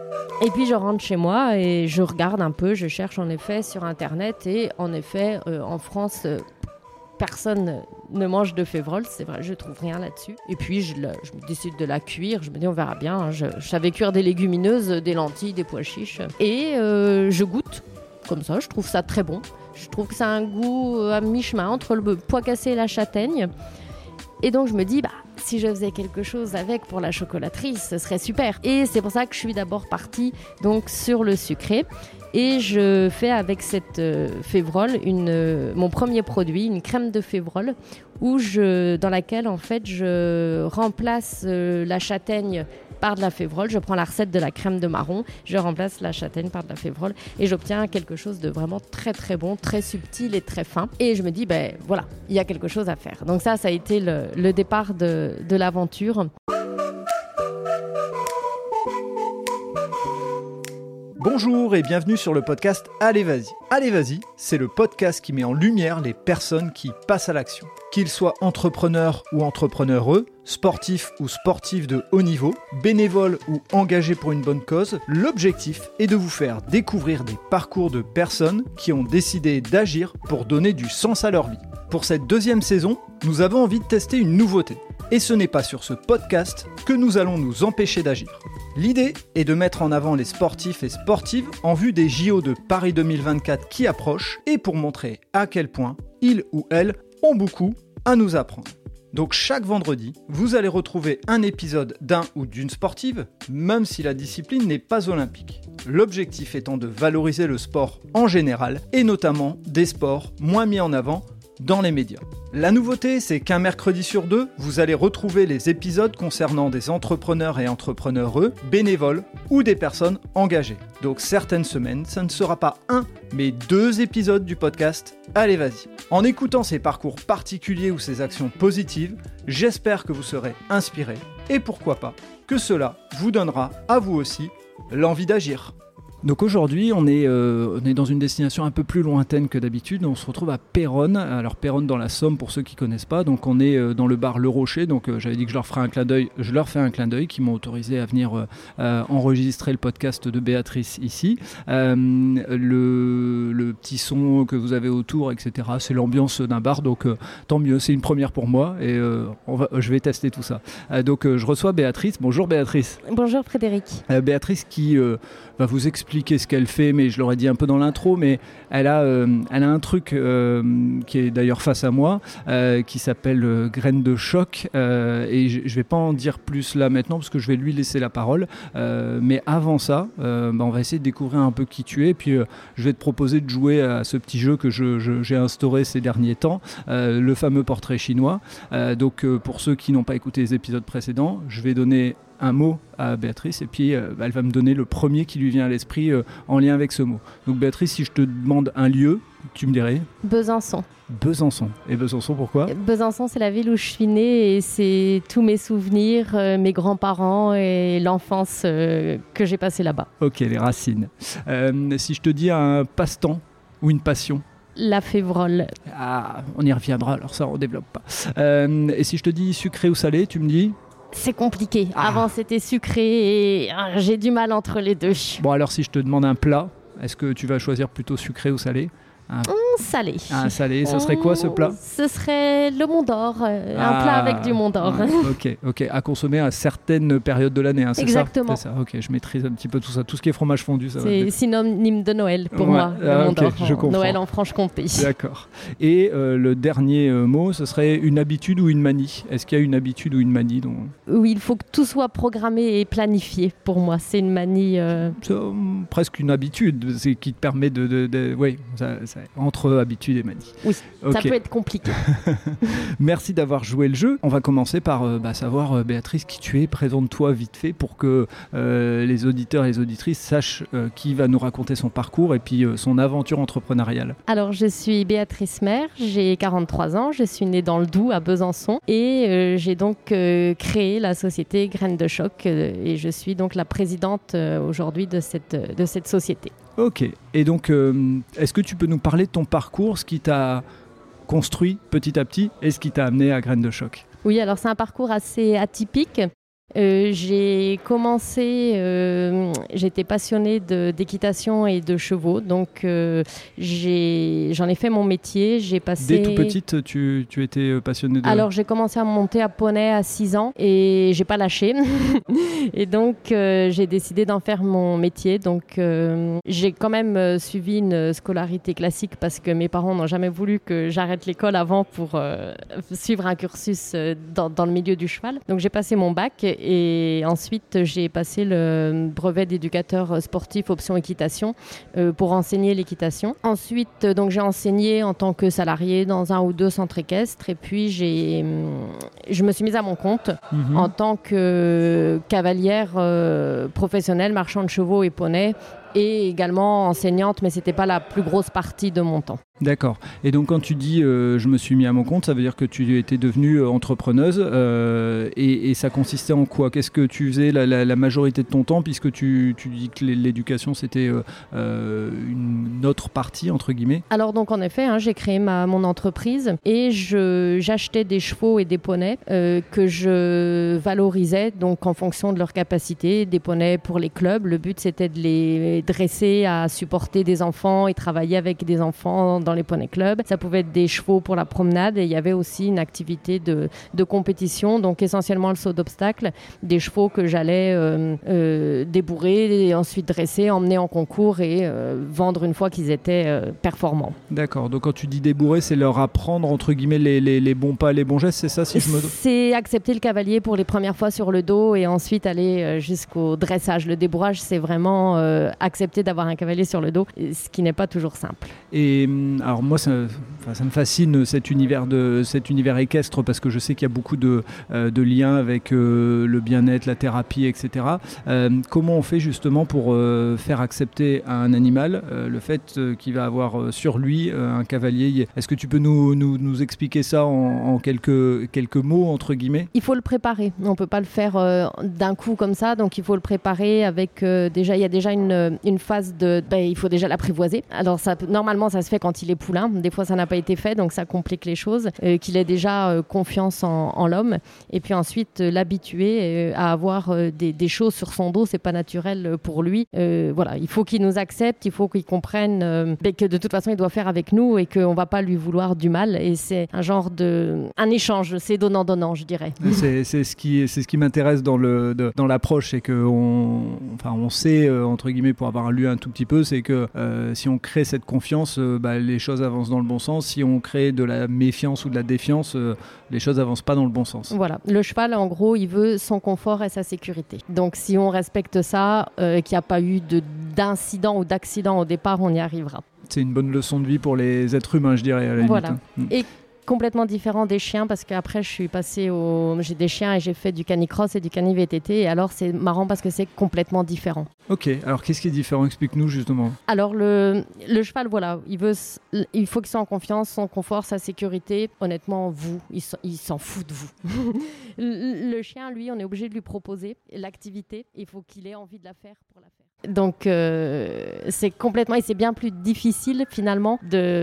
Et puis je rentre chez moi et je regarde un peu, je cherche en effet sur internet et en effet en France personne ne mange de févrole, c'est vrai, je trouve rien là-dessus. Et puis je me décide de la cuire, je me dis on verra bien, hein. Je savais cuire des légumineuses, des lentilles, des pois chiches et je goûte comme ça, je trouve ça très bon. Je trouve que ça a un goût à mi-chemin entre le pois cassé et la châtaigne. Et donc je me dis, si je faisais quelque chose avec pour la chocolaterie, ce serait super. Et c'est pour ça que je suis d'abord partie donc, sur le sucré. Et je fais avec cette févrole mon premier produit, une crème de févrole, dans laquelle en fait je remplace la châtaigne par de la févrole. Je prends la recette de la crème de marron, je remplace la châtaigne par de la févrole et j'obtiens quelque chose de vraiment très très bon, très subtil et très fin. Et je me dis, voilà, il y a quelque chose à faire. Donc ça a été le départ de l'aventure. Bonjour et bienvenue sur le podcast Allez Vas-y. Allez Vas-y, c'est le podcast qui met en lumière les personnes qui passent à l'action. Qu'ils soient entrepreneurs ou entrepreneureux, sportifs ou sportifs de haut niveau, bénévoles ou engagés pour une bonne cause, l'objectif est de vous faire découvrir des parcours de personnes qui ont décidé d'agir pour donner du sens à leur vie. Pour cette deuxième saison, nous avons envie de tester une nouveauté. Et ce n'est pas sur ce podcast que nous allons nous empêcher d'agir. L'idée est de mettre en avant les sportifs et sportives en vue des JO de Paris 2024 qui approchent et pour montrer à quel point ils ou elles ont beaucoup à nous apprendre. Donc chaque vendredi, vous allez retrouver un épisode d'un ou d'une sportive, même si la discipline n'est pas olympique. L'objectif étant de valoriser le sport en général et notamment des sports moins mis en avant dans les médias. La nouveauté, c'est qu'un mercredi sur deux, vous allez retrouver les épisodes concernant des entrepreneurs et entrepreneureux, bénévoles ou des personnes engagées. Donc certaines semaines, ça ne sera pas un, mais 2 épisodes du podcast Allez Vas-y. En écoutant ces parcours particuliers ou ces actions positives, j'espère que vous serez inspirés et pourquoi pas, que cela vous donnera à vous aussi l'envie d'agir. Donc aujourd'hui, on est dans une destination un peu plus lointaine que d'habitude. On se retrouve à Péronne. Alors Péronne dans la Somme pour ceux qui ne connaissent pas. Donc on est dans le bar Le Rocher. Donc j'avais dit que je leur ferais un clin d'œil. Je leur fais un clin d'œil qui m'ont autorisé à venir enregistrer le podcast de Béatrice ici. Le petit son que vous avez autour, etc. C'est l'ambiance d'un bar. Donc tant mieux. C'est une première pour moi et je vais tester tout ça. Donc je reçois Béatrice. Bonjour Béatrice. Bonjour Frédéric. Béatrice qui va vous expliquer ce qu'elle fait, mais je l'aurais dit un peu dans l'intro, mais elle a un truc qui est d'ailleurs face à moi, qui s'appelle Graines de choc, et je vais pas en dire plus là maintenant, parce que je vais lui laisser la parole, mais avant ça, on va essayer de découvrir un peu qui tu es, puis je vais te proposer de jouer à ce petit jeu que j'ai instauré ces derniers temps, le fameux portrait chinois. Donc pour ceux qui n'ont pas écouté les épisodes précédents, je vais donner un mot à Béatrice et puis elle va me donner le premier qui lui vient à l'esprit en lien avec ce mot. Donc Béatrice, si je te demande un lieu, tu me dirais ? Besançon. Besançon. Et Besançon, pourquoi ? Besançon, c'est la ville où je suis née et c'est tous mes souvenirs, mes grands-parents et l'enfance que j'ai passée là-bas. Ok, les racines. Si je te dis un passe-temps ou une passion ? La févrole. Ah, on y reviendra, alors ça on développe pas. Et si je te dis sucré ou salé, tu me dis ? C'est compliqué. Avant, c'était sucré et j'ai du mal entre les deux. Bon, alors si je te demande un plat, est-ce que tu vas choisir plutôt sucré ou salé ? Salé. Un salé, ce serait quoi ce plat ? Ce serait le Mont d'Or, un plat avec du Mont d'Or. Ok, à consommer à certaines périodes de l'année, c'est exactement. Ça, ok, je maîtrise un petit peu tout ça, tout ce qui est fromage fondu. Ça c'est synonyme de Noël pour moi, le Mont d'Or, je comprends. Noël en Franche-Comté. D'accord. Et le dernier mot, ce serait une habitude ou une manie. Est-ce qu'il y a une habitude ou une manie Oui, il faut que tout soit programmé et planifié pour moi, c'est une manie... C'est presque une habitude, c'est qui te permet oui, entre habitude et manie. Oui, okay. Ça peut être compliqué. Merci d'avoir joué le jeu. On va commencer par savoir, Béatrice, qui tu es. Présente-toi vite fait pour que les auditeurs et les auditrices sachent qui va nous raconter son parcours et puis son aventure entrepreneuriale. Alors, je suis Béatrice Maire, j'ai 43 ans, je suis née dans le Doubs à Besançon et j'ai donc créé la société Graines de choc et je suis donc la présidente aujourd'hui de cette société. Ok, et donc est-ce que tu peux nous parler de ton parcours, ce qui t'a construit petit à petit et ce qui t'a amené à Graines de choc ? Oui, alors c'est un parcours assez atypique. J'ai commencé, j'étais passionnée d'équitation et de chevaux, donc j'en ai fait mon métier. J'ai passé... Dès tout petite, tu étais passionnée de... Alors j'ai commencé à monter à poney à 6 ans et j'ai pas lâché. Et donc j'ai décidé d'en faire mon métier. Donc j'ai quand même suivi une scolarité classique parce que mes parents n'ont jamais voulu que j'arrête l'école avant pour suivre un cursus dans le milieu du cheval. Donc j'ai passé mon bac et ensuite j'ai passé le brevet d'éducateur sportif option équitation pour enseigner l'équitation. Ensuite donc j'ai enseigné en tant que salarié dans 1 ou 2 centres équestres et puis je me suis mise à mon compte en tant que cavalière professionnelle, marchand de chevaux et poneys et également enseignante, mais c'était pas la plus grosse partie de mon temps. D'accord. Et donc quand tu dis je me suis mis à mon compte, ça veut dire que tu étais devenue entrepreneuse et ça consistait en quoi ? Qu'est-ce que tu faisais la majorité de ton temps, puisque tu dis que l'éducation c'était une autre partie entre guillemets ? Alors donc en effet, j'ai créé mon entreprise et j'achetais des chevaux et des poneys que je valorisais donc en fonction de leur capacité, des poneys pour les clubs. Le but c'était de les dresser à supporter des enfants et travailler avec des enfants dans les poney clubs. Ça pouvait être des chevaux pour la promenade et il y avait aussi une activité de compétition, donc essentiellement le saut d'obstacle, des chevaux que j'allais débourrer et ensuite dresser, emmener en concours et vendre une fois qu'ils étaient performants. D'accord, donc quand tu dis débourrer, c'est leur apprendre entre guillemets les bons pas, les bons gestes, c'est ça si je me... C'est accepter le cavalier pour les premières fois sur le dos et ensuite aller jusqu'au dressage. Le débourrage, c'est vraiment accepter d'avoir un cavalier sur le dos, ce qui n'est pas toujours simple. Et alors moi ça me fascine cet univers équestre parce que je sais qu'il y a beaucoup de liens avec le bien-être, la thérapie, etc. Comment on fait justement pour faire accepter à un animal le fait qu'il va avoir sur lui un cavalier ? Est-ce que tu peux nous expliquer ça en quelques mots entre guillemets ? Il faut le préparer, on ne peut pas le faire d'un coup comme ça, donc il faut le préparer avec il y a déjà une phase il faut déjà l'apprivoiser. Alors normalement ça se fait quand il est poulain, des fois ça n'a pas été fait donc ça complique les choses, qu'il ait déjà confiance en l'homme et puis ensuite l'habituer à avoir des choses sur son dos, c'est pas naturel pour lui. Voilà, il faut qu'il nous accepte, il faut qu'il comprenne que de toute façon il doit faire avec nous et qu'on va pas lui vouloir du mal et c'est un échange, c'est donnant-donnant je dirais. C'est ce qui m'intéresse dans l'approche, c'est que on sait entre guillemets pour avoir lu un tout petit peu, c'est que si on crée cette confiance, les choses avancent dans le bon sens. Si on crée de la méfiance ou de la défiance, les choses avancent pas dans le bon sens. Voilà, le cheval en gros il veut son confort et sa sécurité. Donc si on respecte ça, qu'il n'y a pas eu d'incident ou d'accident au départ, on y arrivera. C'est une bonne leçon de vie pour les êtres humains, je dirais à la voilà. limite. Et complètement différent des chiens parce qu'après je suis passée j'ai des chiens et j'ai fait du canicross et du cani-VTT et alors c'est marrant parce que c'est complètement différent. Ok, alors qu'est-ce qui est différent ? Explique-nous justement. Alors le cheval, voilà, il faut qu'il soit en confiance, son confort, sa sécurité. Honnêtement, il s'en fout de vous. Le chien, lui, on est obligé de lui proposer l'activité. Il faut qu'il ait envie de la faire pour la faire. Donc c'est complètement, et c'est bien plus difficile finalement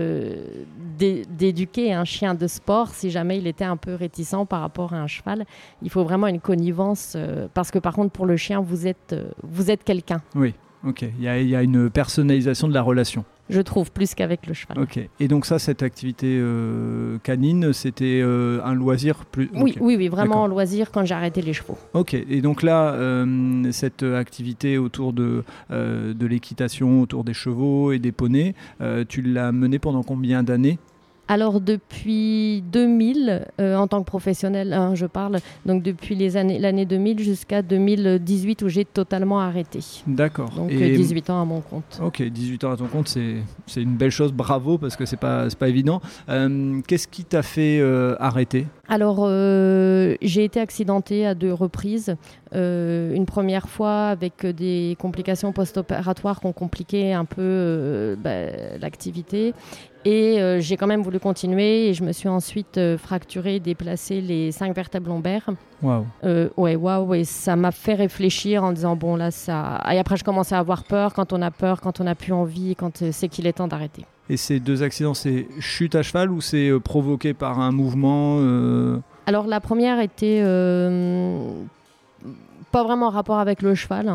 d'éduquer un chien de sport si jamais il était un peu réticent par rapport à un cheval. Il faut vraiment une connivence parce que par contre pour le chien vous êtes quelqu'un. Oui, ok, il y a une personnalisation de la relation. Je trouve, plus qu'avec le cheval. Ok. Et donc ça, cette activité canine, c'était un loisir plus... Okay. Oui, vraiment un loisir quand j'ai arrêté les chevaux. Ok. Et donc là, cette activité autour de l'équitation, autour des chevaux et des poneys, tu l'as menée pendant combien d'années ? Alors depuis 2000, en tant que professionnel, je parle, donc depuis l'année 2000 jusqu'à 2018 où j'ai totalement arrêté. D'accord. Donc 18 ans à mon compte. Ok, 18 ans à ton compte, c'est une belle chose, bravo, parce que c'est pas évident. Qu'est-ce qui t'a fait arrêter ? Alors j'ai été accidentée à 2 reprises. Une première fois avec des complications post-opératoires qui ont compliqué un peu l'activité. Et j'ai quand même voulu continuer et je me suis ensuite fracturé et déplacé les 5 vertèbres lombaires. Waouh. Et ça m'a fait réfléchir en disant bon là ça... Et après je commençais à avoir peur, quand on a plus envie, quand c'est qu'il est temps d'arrêter. Et ces 2 accidents, c'est chute à cheval ou c'est provoqué par un mouvement Alors la première était pas vraiment en rapport avec le cheval,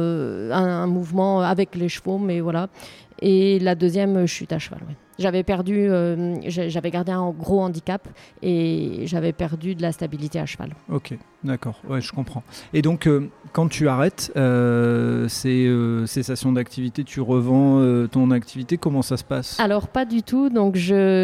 un mouvement avec les chevaux, mais voilà. Et la deuxième, chute à cheval, oui. J'avais gardé un gros handicap et j'avais perdu de la stabilité à cheval. Ok, d'accord, ouais, je comprends. Et donc, quand tu arrêtes ces cessations d'activité, tu revends ton activité, comment ça se passe ? Alors, pas du tout. Donc,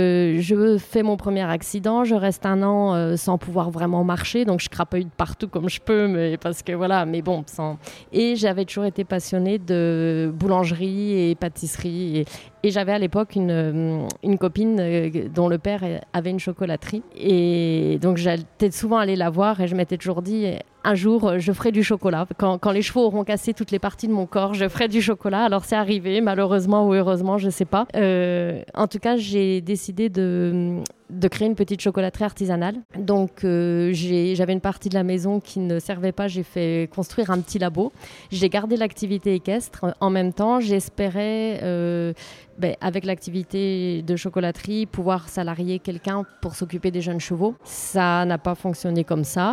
je fais mon premier accident, je reste 1 an sans pouvoir vraiment marcher, donc je crapouille de partout comme je peux, mais bon, Et j'avais toujours été passionnée de boulangerie et pâtisserie et j'avais à l'époque une copine dont le père avait une chocolaterie. Et donc, j'étais souvent allée la voir et je m'étais toujours dit, un jour, je ferai du chocolat. Quand les chevaux auront cassé toutes les parties de mon corps, je ferai du chocolat. Alors, c'est arrivé, malheureusement ou heureusement, je ne sais pas. En tout cas, j'ai décidé de créer une petite chocolaterie artisanale. Donc, j'avais une partie de la maison qui ne servait pas. J'ai fait construire un petit labo. J'ai gardé l'activité équestre. En même temps, j'espérais, avec l'activité de chocolaterie, pouvoir salarier quelqu'un pour s'occuper des jeunes chevaux. Ça n'a pas fonctionné comme ça.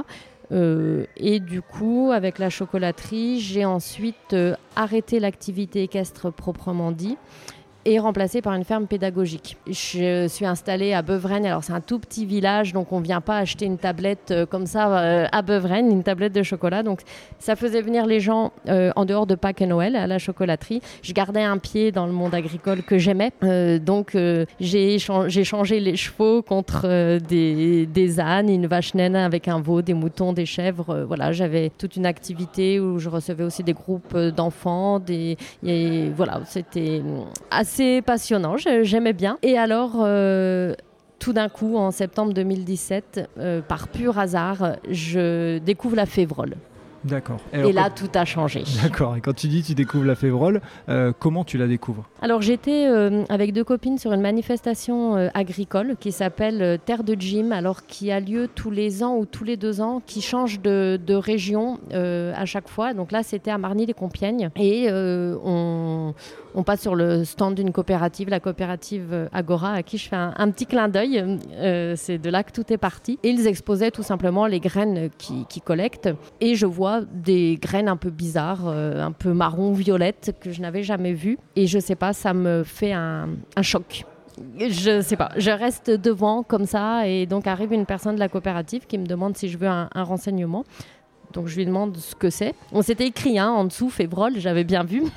Et du coup, avec la chocolaterie, j'ai ensuite arrêté l'activité équestre proprement dit et remplacé par une ferme pédagogique. Je suis installée à Beuvraine. Alors, c'est un tout petit village, donc on ne vient pas acheter une tablette comme ça à Beuvraine, une tablette de chocolat. Donc, ça faisait venir les gens en dehors de Pâques et Noël à la chocolaterie. Je gardais un pied dans le monde agricole que j'aimais. Donc, j'ai changé les chevaux contre des ânes, une vache naine avec un veau, des moutons, des chèvres. Voilà, j'avais toute une activité où je recevais aussi des groupes d'enfants. Voilà, c'était assez passionnant, j'aimais bien. Et alors, tout d'un coup, en septembre 2017, par pur hasard, je découvre la févrole. D'accord. Et là, tout a changé. D'accord. Et quand tu dis tu découvres la févrole, comment tu la découvres ? Alors, j'étais avec 2 copines sur une manifestation agricole qui s'appelle Terre de Gym, alors qui a lieu tous les ans ou tous les 2 ans, qui change de région à chaque fois. Donc là, c'était à Marny-les-Compiègnes. Et on passe sur le stand d'une coopérative, la coopérative Agora, à qui je fais un petit clin d'œil. C'est de là que tout est parti. Et ils exposaient tout simplement les graines qu'ils collectent. Et je vois des graines un peu bizarres, un peu marron-violettes, que je n'avais jamais vues. Et je sais pas, ça me fait un choc. Je sais pas, je reste devant comme ça. Et donc arrive une personne de la coopérative qui me demande si je veux un renseignement. Donc je lui demande ce que c'est. On s'était écrit en dessous, févrole, j'avais bien vu.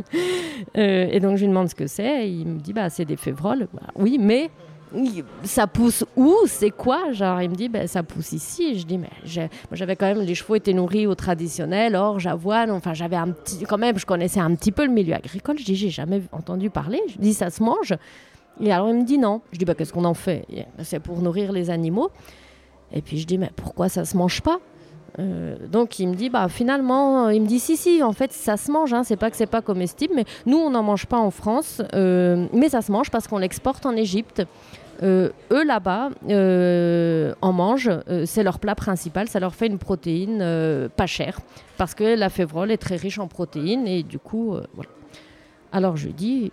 Et donc je lui demande ce que c'est. Et il me dit, c'est des févroles. Oui, mais ça pousse où ? C'est quoi ? Genre, il me dit, ça pousse ici. Et je dis, mais moi, j'avais quand même, les chevaux étaient nourris au traditionnel, orge, avoine. Enfin, j'avais quand même, je connaissais un petit peu le milieu agricole. Je dis, j'ai jamais entendu parler. Je dis, ça se mange ? Et alors il me dit non. Je dis, qu'est-ce qu'on en fait ? C'est pour nourrir les animaux. Et puis je dis, mais pourquoi ça se mange pas ? Donc il me dit finalement, il me dit si en fait ça se mange, c'est pas que c'est pas comestible, mais nous on n'en mange pas en France, mais ça se mange parce qu'on l'exporte en Égypte. Eux là-bas en mangent, c'est leur plat principal, ça leur fait une protéine pas chère parce que la févrole est très riche en protéines et du coup voilà. Alors je lui dis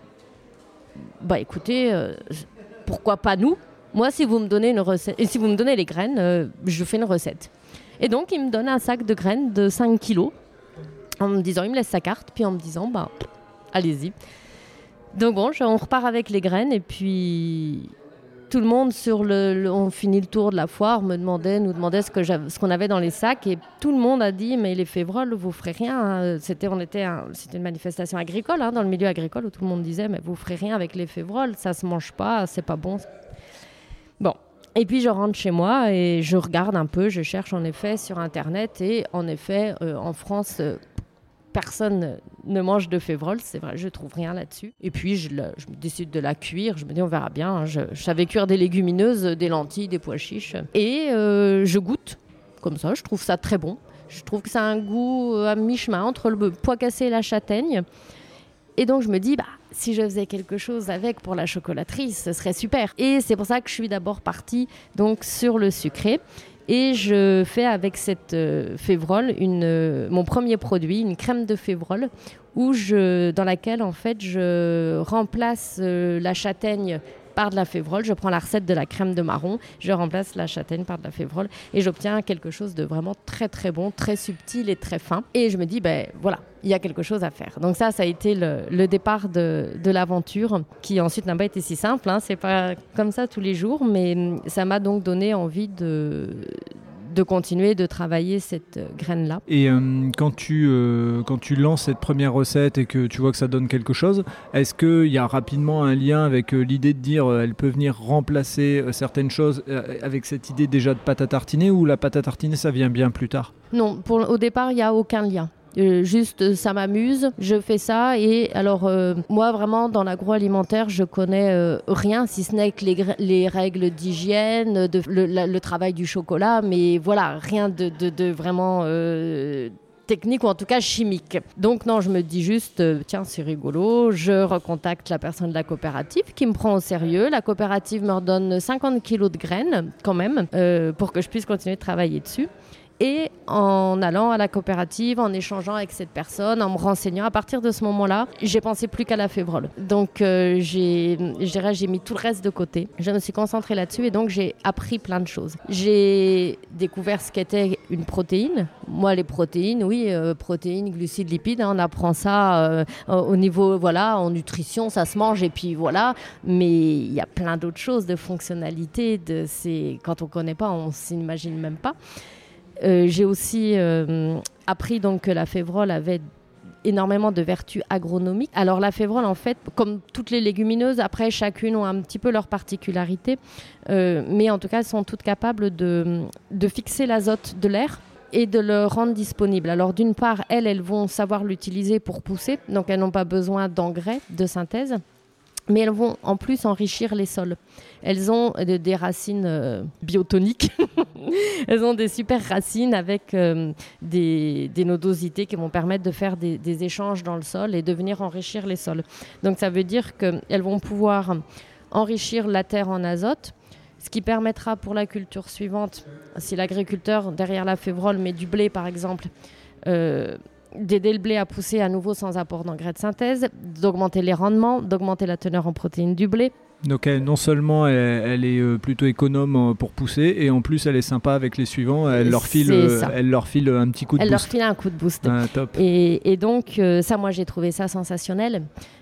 écoutez, pourquoi pas nous ? Moi si vous me donnez une recette et si vous me donnez les graines, je fais une recette. Et donc, il me donne un sac de graines de 5 kilos, en me disant, il me laisse sa carte, puis en me disant, allez-y. Donc bon, on repart avec les graines, et puis tout le monde, on finit le tour de la foire, nous demandait ce qu'on avait dans les sacs, et tout le monde a dit, mais les févroles, vous ferez rien. C'était une manifestation agricole, dans le milieu agricole, où tout le monde disait, mais vous ferez rien avec les févroles, ça se mange pas, c'est pas bon. Bon. Et puis je rentre chez moi et je regarde un peu, je cherche en effet sur Internet et en effet en France personne ne mange de févrole, c'est vrai, je trouve rien là-dessus. Et puis je décide de la cuire, je me dis on verra bien, je savais cuire des légumineuses, des lentilles, des pois chiches et je goûte comme ça, je trouve ça très bon. Je trouve que ça a un goût à mi-chemin entre le pois cassé et la châtaigne. Et donc je me dis, si je faisais quelque chose avec pour la chocolaterie, ce serait super. Et c'est pour ça que je suis d'abord partie donc, sur le sucré. Et je fais avec cette févrole mon premier produit, une crème de févrole, dans laquelle en fait je remplace la châtaigne par de la févrole. Je prends la recette de la crème de marron, je remplace la châtaigne par de la févrole et j'obtiens quelque chose de vraiment très très bon, très subtil et très fin. Et je me dis, voilà, il y a quelque chose à faire. Donc ça a été le départ de l'aventure, qui ensuite n'a pas été si simple. C'est pas comme ça tous les jours, mais ça m'a donc donné envie de continuer de travailler cette graine-là. Et quand tu lances cette première recette et que tu vois que ça donne quelque chose, est-ce qu'il y a rapidement un lien avec l'idée de dire elle peut venir remplacer certaines choses avec cette idée déjà de pâte à tartiner, ou la pâte à tartiner ça vient bien plus tard? Non, au départ il n'y a aucun lien. Juste ça m'amuse, je fais ça et alors moi vraiment dans l'agroalimentaire je connais rien si ce n'est que les règles d'hygiène, le travail du chocolat, mais voilà, rien de vraiment technique ou en tout cas chimique. Donc non, je me dis juste tiens c'est rigolo, je recontacte la personne de la coopérative qui me prend au sérieux, la coopérative me redonne 50 kilos de graines quand même pour que je puisse continuer de travailler dessus. Et en allant à la coopérative, en échangeant avec cette personne, en me renseignant, à partir de ce moment-là, j'ai pensé plus qu'à la févrole. Donc j'ai mis tout le reste de côté. Je me suis concentrée là-dessus et donc j'ai appris plein de choses. J'ai découvert ce qu'était une protéine. Moi, les protéines, oui, protéines, glucides, lipides, on apprend ça au niveau, voilà, en nutrition, ça se mange et puis voilà. Mais il y a plein d'autres choses, de fonctionnalités, quand on ne connaît pas, on ne s'imagine même pas. J'ai aussi appris donc que la févrole avait énormément de vertus agronomiques. Alors la févrole, en fait, comme toutes les légumineuses, après chacune ont un petit peu leur particularité, mais en tout cas, elles sont toutes capables de fixer l'azote de l'air et de le rendre disponible. Alors d'une part, elles vont savoir l'utiliser pour pousser, donc elles n'ont pas besoin d'engrais de synthèse. Mais elles vont en plus enrichir les sols. Elles ont des racines biotoniques. Elles ont des super racines avec des nodosités qui vont permettre de faire des échanges dans le sol et de venir enrichir les sols. Donc ça veut dire qu'elles vont pouvoir enrichir la terre en azote, ce qui permettra pour la culture suivante, si l'agriculteur derrière la févrole met du blé par exemple, d'aider le blé à pousser à nouveau sans apport d'engrais de synthèse, d'augmenter les rendements, d'augmenter la teneur en protéines du blé. Donc non seulement elle est plutôt économe pour pousser, et en plus elle est sympa avec les suivants, elle leur file un petit coup de boost. Elle leur file un coup de boost. Ah, top. Et donc ça, moi j'ai trouvé ça sensationnel.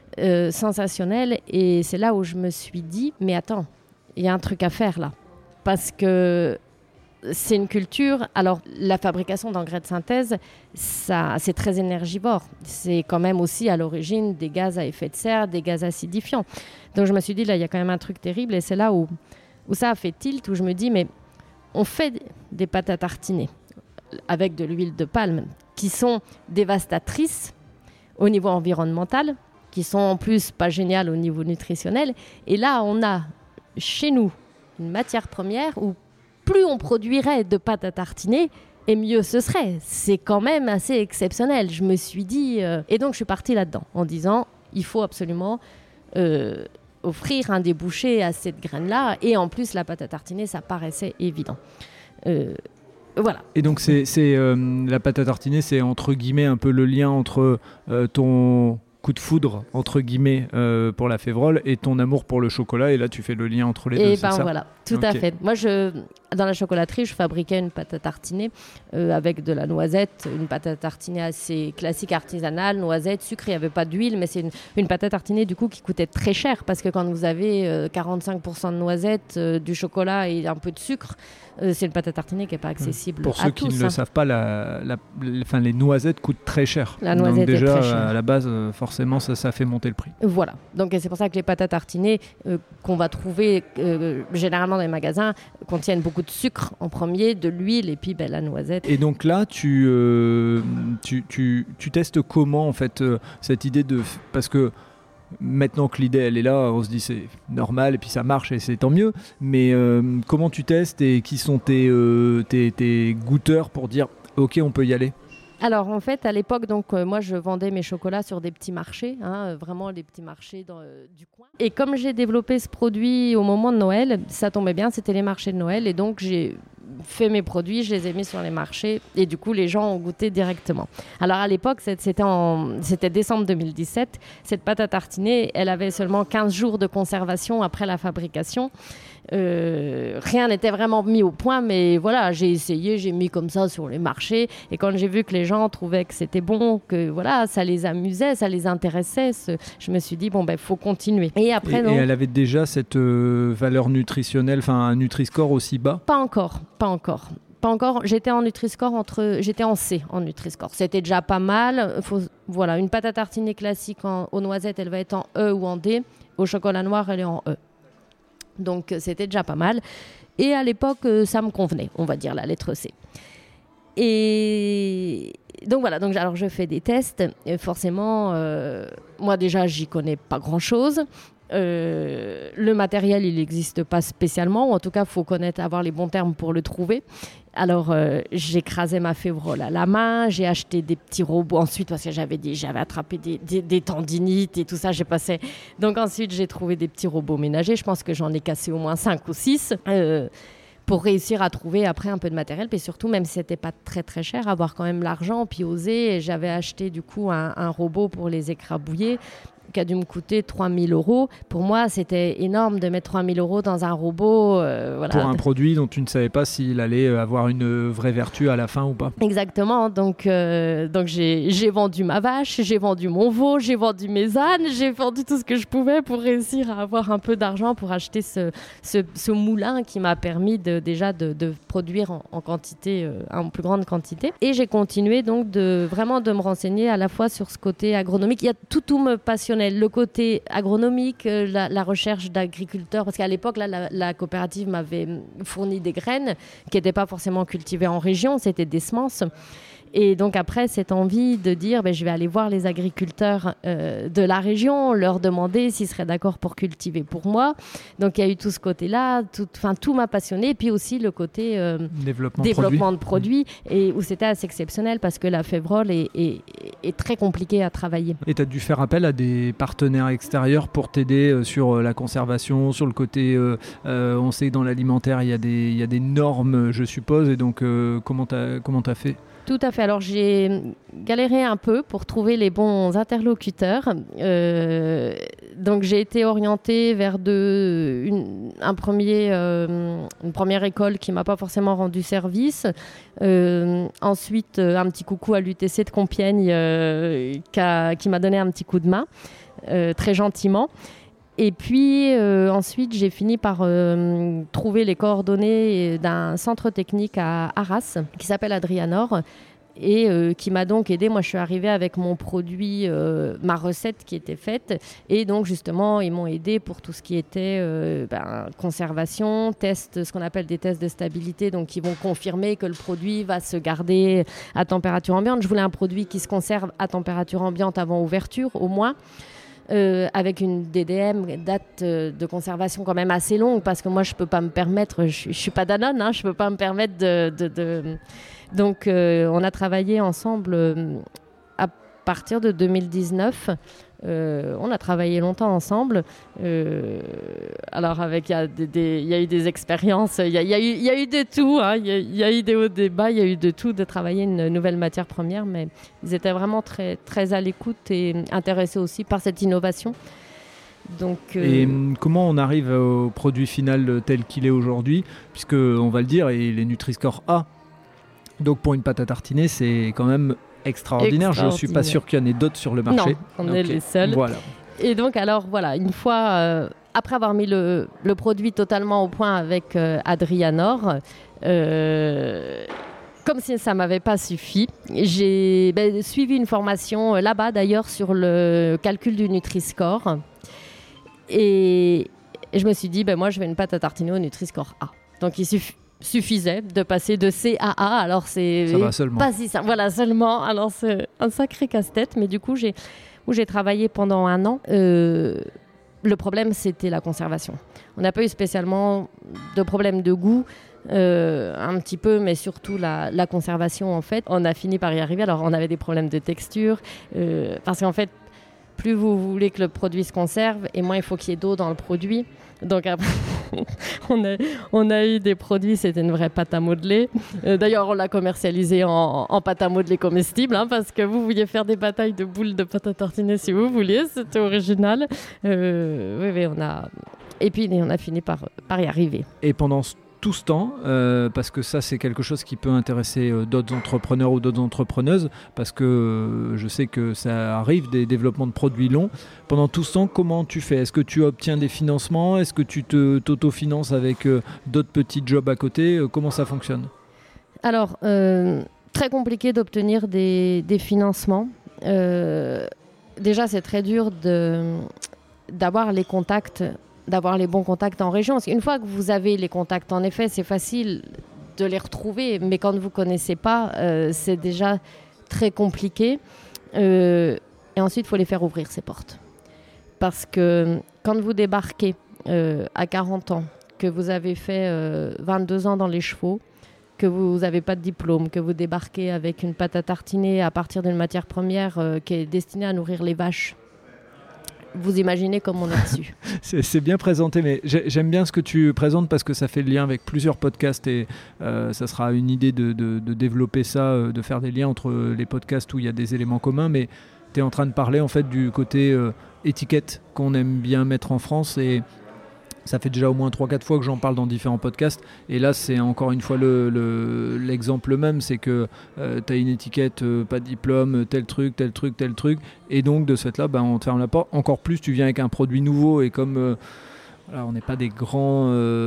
Et c'est là où je me suis dit, mais attends, il y a un truc à faire là. Parce que c'est une culture. Alors, la fabrication d'engrais de synthèse, c'est très énergivore. C'est quand même aussi à l'origine des gaz à effet de serre, des gaz acidifiants. Donc, je me suis dit, là, il y a quand même un truc terrible. Et c'est là où ça a fait tilt, où je me dis, mais on fait des pâtes à tartiner avec de l'huile de palme qui sont dévastatrices au niveau environnemental, qui sont en plus pas géniales au niveau nutritionnel. Et là, on a chez nous une matière première où plus on produirait de pâte à tartiner, et mieux ce serait. C'est quand même assez exceptionnel. Je me suis dit... Et donc, je suis partie là-dedans, en disant, il faut absolument offrir un débouché à cette graine-là. Et en plus, la pâte à tartiner, ça paraissait évident. Voilà. Et donc, la pâte à tartiner, c'est entre guillemets un peu le lien entre ton coup de foudre, entre guillemets, pour la févrole et ton amour pour le chocolat. Et là, tu fais le lien entre les deux, c'est ça ? Voilà, tout à fait. Moi, dans la chocolaterie, je fabriquais une pâte à tartiner avec de la noisette, une pâte à tartiner assez classique, artisanale, noisette, sucre. Il n'y avait pas d'huile, mais c'est une pâte à tartiner du coup qui coûtait très cher, parce que quand vous avez 45% de noisettes, du chocolat et un peu de sucre, c'est une pâte à tartiner qui n'est pas accessible à tous. Pour ceux qui ne le savent pas, les noisettes coûtent très cher. La noisette donc déjà, est très chère. À la base, forcément, ça fait monter le prix. Voilà. Donc c'est pour ça que les pâtes à tartiner qu'on va trouver généralement dans les magasins contiennent beaucoup de sucre en premier, de l'huile et puis la noisette. Et donc là, tu testes comment en fait cette idée de... Parce que maintenant que l'idée elle est là, on se dit c'est normal et puis ça marche et c'est tant mieux. Mais comment tu testes et qui sont tes goûteurs pour dire ok, on peut y aller ? Alors en fait, à l'époque, moi je vendais mes chocolats sur des petits marchés, vraiment les petits marchés du coin. Et comme j'ai développé ce produit au moment de Noël, ça tombait bien, c'était les marchés de Noël. Et donc j'ai fait mes produits, je les ai mis sur les marchés et du coup les gens ont goûté directement. Alors à l'époque, c'était décembre 2017, cette pâte à tartiner, elle avait seulement 15 jours de conservation après la fabrication. Rien n'était vraiment mis au point, mais voilà, j'ai essayé, j'ai mis comme ça sur les marchés et quand j'ai vu que les gens trouvaient que c'était bon, que voilà, ça les amusait, ça les intéressait, je me suis dit bon ben faut continuer. Et après et elle avait déjà cette valeur nutritionnelle, enfin un Nutri-Score aussi bas? Pas encore. J'étais en Nutri-Score j'étais en C en Nutri-Score. C'était déjà pas mal. Voilà, une pâte à tartiner classique aux noisettes, elle va être en E ou en D. Au chocolat noir, elle est en E. Donc c'était déjà pas mal. Et à l'époque, ça me convenait, on va dire la lettre C. Et donc voilà, alors je fais des tests. Et forcément, moi déjà, j'y connais pas grand-chose. Le matériel, il n'existe pas spécialement, ou en tout cas, il faut avoir les bons termes pour le trouver. Alors, j'écrasais ma févrole à la main, j'ai acheté des petits robots ensuite parce que j'avais attrapé des tendinites et tout ça. Donc ensuite, j'ai trouvé des petits robots ménagers. Je pense que j'en ai cassé au moins 5 ou 6 pour réussir à trouver après un peu de matériel. Puis surtout, même si c'était pas très très cher, avoir quand même l'argent, puis oser. Et j'avais acheté du coup un robot pour les écrabouiller qui a dû me coûter 3 000 €. Pour moi, c'était énorme de mettre 3 000 € dans un robot. Voilà. Pour un produit dont tu ne savais pas s'il allait avoir une vraie vertu à la fin ou pas. Exactement. Donc j'ai vendu ma vache, j'ai vendu mon veau, j'ai vendu mes ânes, j'ai vendu tout ce que je pouvais pour réussir à avoir un peu d'argent pour acheter ce moulin qui m'a permis de produire en quantité, en plus grande quantité. Et j'ai continué donc de me renseigner à la fois sur ce côté agronomique. Tout me passionnait. Le côté agronomique, la recherche d'agriculteurs, parce qu'à l'époque, là, la coopérative m'avait fourni des graines qui n'étaient pas forcément cultivées en région, c'était des semences. Et donc après, cette envie de dire je vais aller voir les agriculteurs de la région, leur demander s'ils seraient d'accord pour cultiver pour moi. Donc il y a eu tout ce côté-là, tout m'a passionné. Et puis aussi le côté développement de produits, et où c'était assez exceptionnel parce que la févrole est très compliquée à travailler. Et tu as dû faire appel à des partenaires extérieurs pour t'aider sur la conservation, sur le côté, on sait que dans l'alimentaire, il y a des normes, je suppose, et donc comment t'as fait ? Tout à fait. Alors, j'ai galéré un peu pour trouver les bons interlocuteurs. Donc, j'ai été orientée vers une première école qui ne m'a pas forcément rendu service. Ensuite, un petit coucou à l'UTC de Compiègne qui m'a donné un petit coup de main, très gentiment. Et puis ensuite, j'ai fini par trouver les coordonnées d'un centre technique à Arras qui s'appelle Adrianor et qui m'a donc aidée. Moi, je suis arrivée avec mon produit, ma recette qui était faite. Et donc, justement, ils m'ont aidée pour tout ce qui était conservation, ce qu'on appelle des tests de stabilité, donc qui vont confirmer que le produit va se garder à température ambiante. Je voulais un produit qui se conserve à température ambiante avant ouverture, au moins. Avec une DDM, date de conservation quand même assez longue, parce que moi je peux pas me permettre, je suis pas Danone, je peux pas me permettre Donc on a travaillé ensemble à partir de 2019. On a travaillé longtemps ensemble. Alors il y a eu des expériences, il y a eu de tout, il y a eu des hauts, des bas, il y a eu de tout, de travailler une nouvelle matière première, mais ils étaient vraiment très, très à l'écoute et intéressés aussi par cette innovation. Donc, Et comment on arrive au produit final tel qu'il est aujourd'hui, puisque on va le dire, et les Nutri-Score A, donc pour une pâte à tartiner, c'est quand même extraordinaire. Je ne suis pas sûr qu'il y en ait d'autres sur le marché. Non, on est les seuls. Voilà. Et donc, alors voilà, une fois, après avoir mis le produit totalement au point avec Adrianor, comme si ça ne m'avait pas suffi, j'ai suivi une formation là-bas d'ailleurs sur le calcul du Nutri-Score. Et je me suis dit, moi je veux une pâte à tartiner au Nutri-Score A. Donc il suffisait de passer de C à A. Alors c'est ça va seulement. Pas si ça. Voilà, seulement. Alors c'est un sacré casse-tête, mais du coup j'ai travaillé pendant 1 an. Le problème, c'était la conservation. On n'a pas eu spécialement de problème de goût, un petit peu, mais surtout la conservation en fait. On a fini par y arriver. Alors on avait des problèmes de texture, parce qu'en fait, plus vous voulez que le produit se conserve, et moins il faut qu'il y ait d'eau dans le produit. Donc après, On a eu des produits, c'était une vraie pâte à modeler. D'ailleurs, on l'a commercialisé en pâte à modeler comestible, hein, parce que vous vouliez faire des batailles de boules de pâte à tartiner si vous vouliez, c'était original. Oui, et puis on a fini par y arriver. Et pendant tout ce temps, parce que ça c'est quelque chose qui peut intéresser d'autres entrepreneurs ou d'autres entrepreneuses, parce que je sais que ça arrive, des développements de produits longs. Pendant tout ce temps, comment tu fais ? Est-ce que tu obtiens des financements ? Est-ce que tu t'autofinances avec d'autres petits jobs à côté ? Comment ça fonctionne ? Alors, très compliqué d'obtenir des financements. Déjà, c'est très dur d'avoir les contacts, d'avoir les bons contacts en région. Parce qu'une fois que vous avez les contacts, en effet, c'est facile de les retrouver. Mais quand vous ne connaissez pas, c'est déjà très compliqué. Et ensuite, il faut les faire ouvrir ces portes. Parce que quand vous débarquez à 40 ans, que vous avez fait 22 ans dans les chevaux, que vous n'avez pas de diplôme, que vous débarquez avec une pâte à tartiner à partir d'une matière première qui est destinée à nourrir les vaches, vous imaginez comme on est dessus. C'est bien présenté, mais j'aime bien ce que tu présentes parce que ça fait le lien avec plusieurs podcasts et ça sera une idée de développer ça, de faire des liens entre les podcasts où il y a des éléments communs, mais tu es en train de parler en fait du côté étiquette qu'on aime bien mettre en France et ça fait déjà au moins 3-4 fois que j'en parle dans différents podcasts. Et là, c'est encore une fois l'exemple même. C'est que tu as une étiquette, pas de diplôme, tel truc. Et donc, de ce fait-là, on te ferme la porte. Encore plus, tu viens avec un produit nouveau. Et comme on n'est pas des grands